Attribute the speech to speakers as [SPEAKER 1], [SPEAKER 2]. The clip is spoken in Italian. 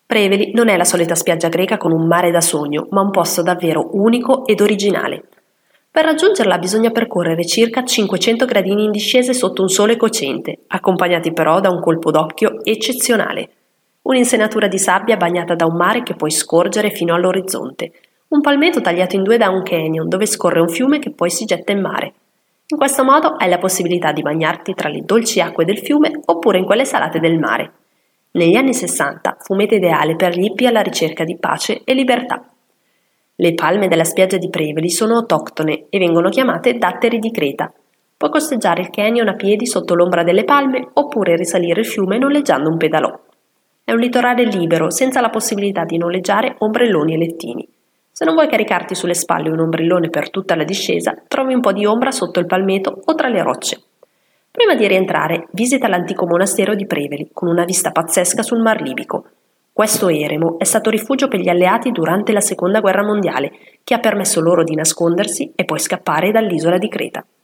[SPEAKER 1] Preveli non è la solita spiaggia greca con un mare da sogno, ma un posto davvero unico ed originale. Per raggiungerla bisogna percorrere circa 500 gradini in discese sotto un sole cocente, accompagnati però da un colpo d'occhio eccezionale. Un'insenatura di sabbia bagnata da un mare che puoi scorgere fino all'orizzonte, un palmeto tagliato in due da un canyon dove scorre un fiume che poi si getta in mare. In questo modo hai la possibilità di bagnarti tra le dolci acque del fiume oppure in quelle salate del mare. Negli anni 60 fu meta ideale per gli hippie alla ricerca di pace e libertà. Le palme della spiaggia di Preveli sono autoctone e vengono chiamate datteri di Creta. Puoi costeggiare il canyon a piedi sotto l'ombra delle palme oppure risalire il fiume noleggiando un pedalò. È un litorale libero, senza la possibilità di noleggiare ombrelloni e lettini. Se non vuoi caricarti sulle spalle un ombrellone per tutta la discesa, trovi un po' di ombra sotto il palmeto o tra le rocce. Prima di rientrare, visita l'antico monastero di Preveli, con una vista pazzesca sul Mar Libico. Questo eremo è stato rifugio per gli alleati durante la Seconda Guerra Mondiale, che ha permesso loro di nascondersi e poi scappare dall'isola di Creta.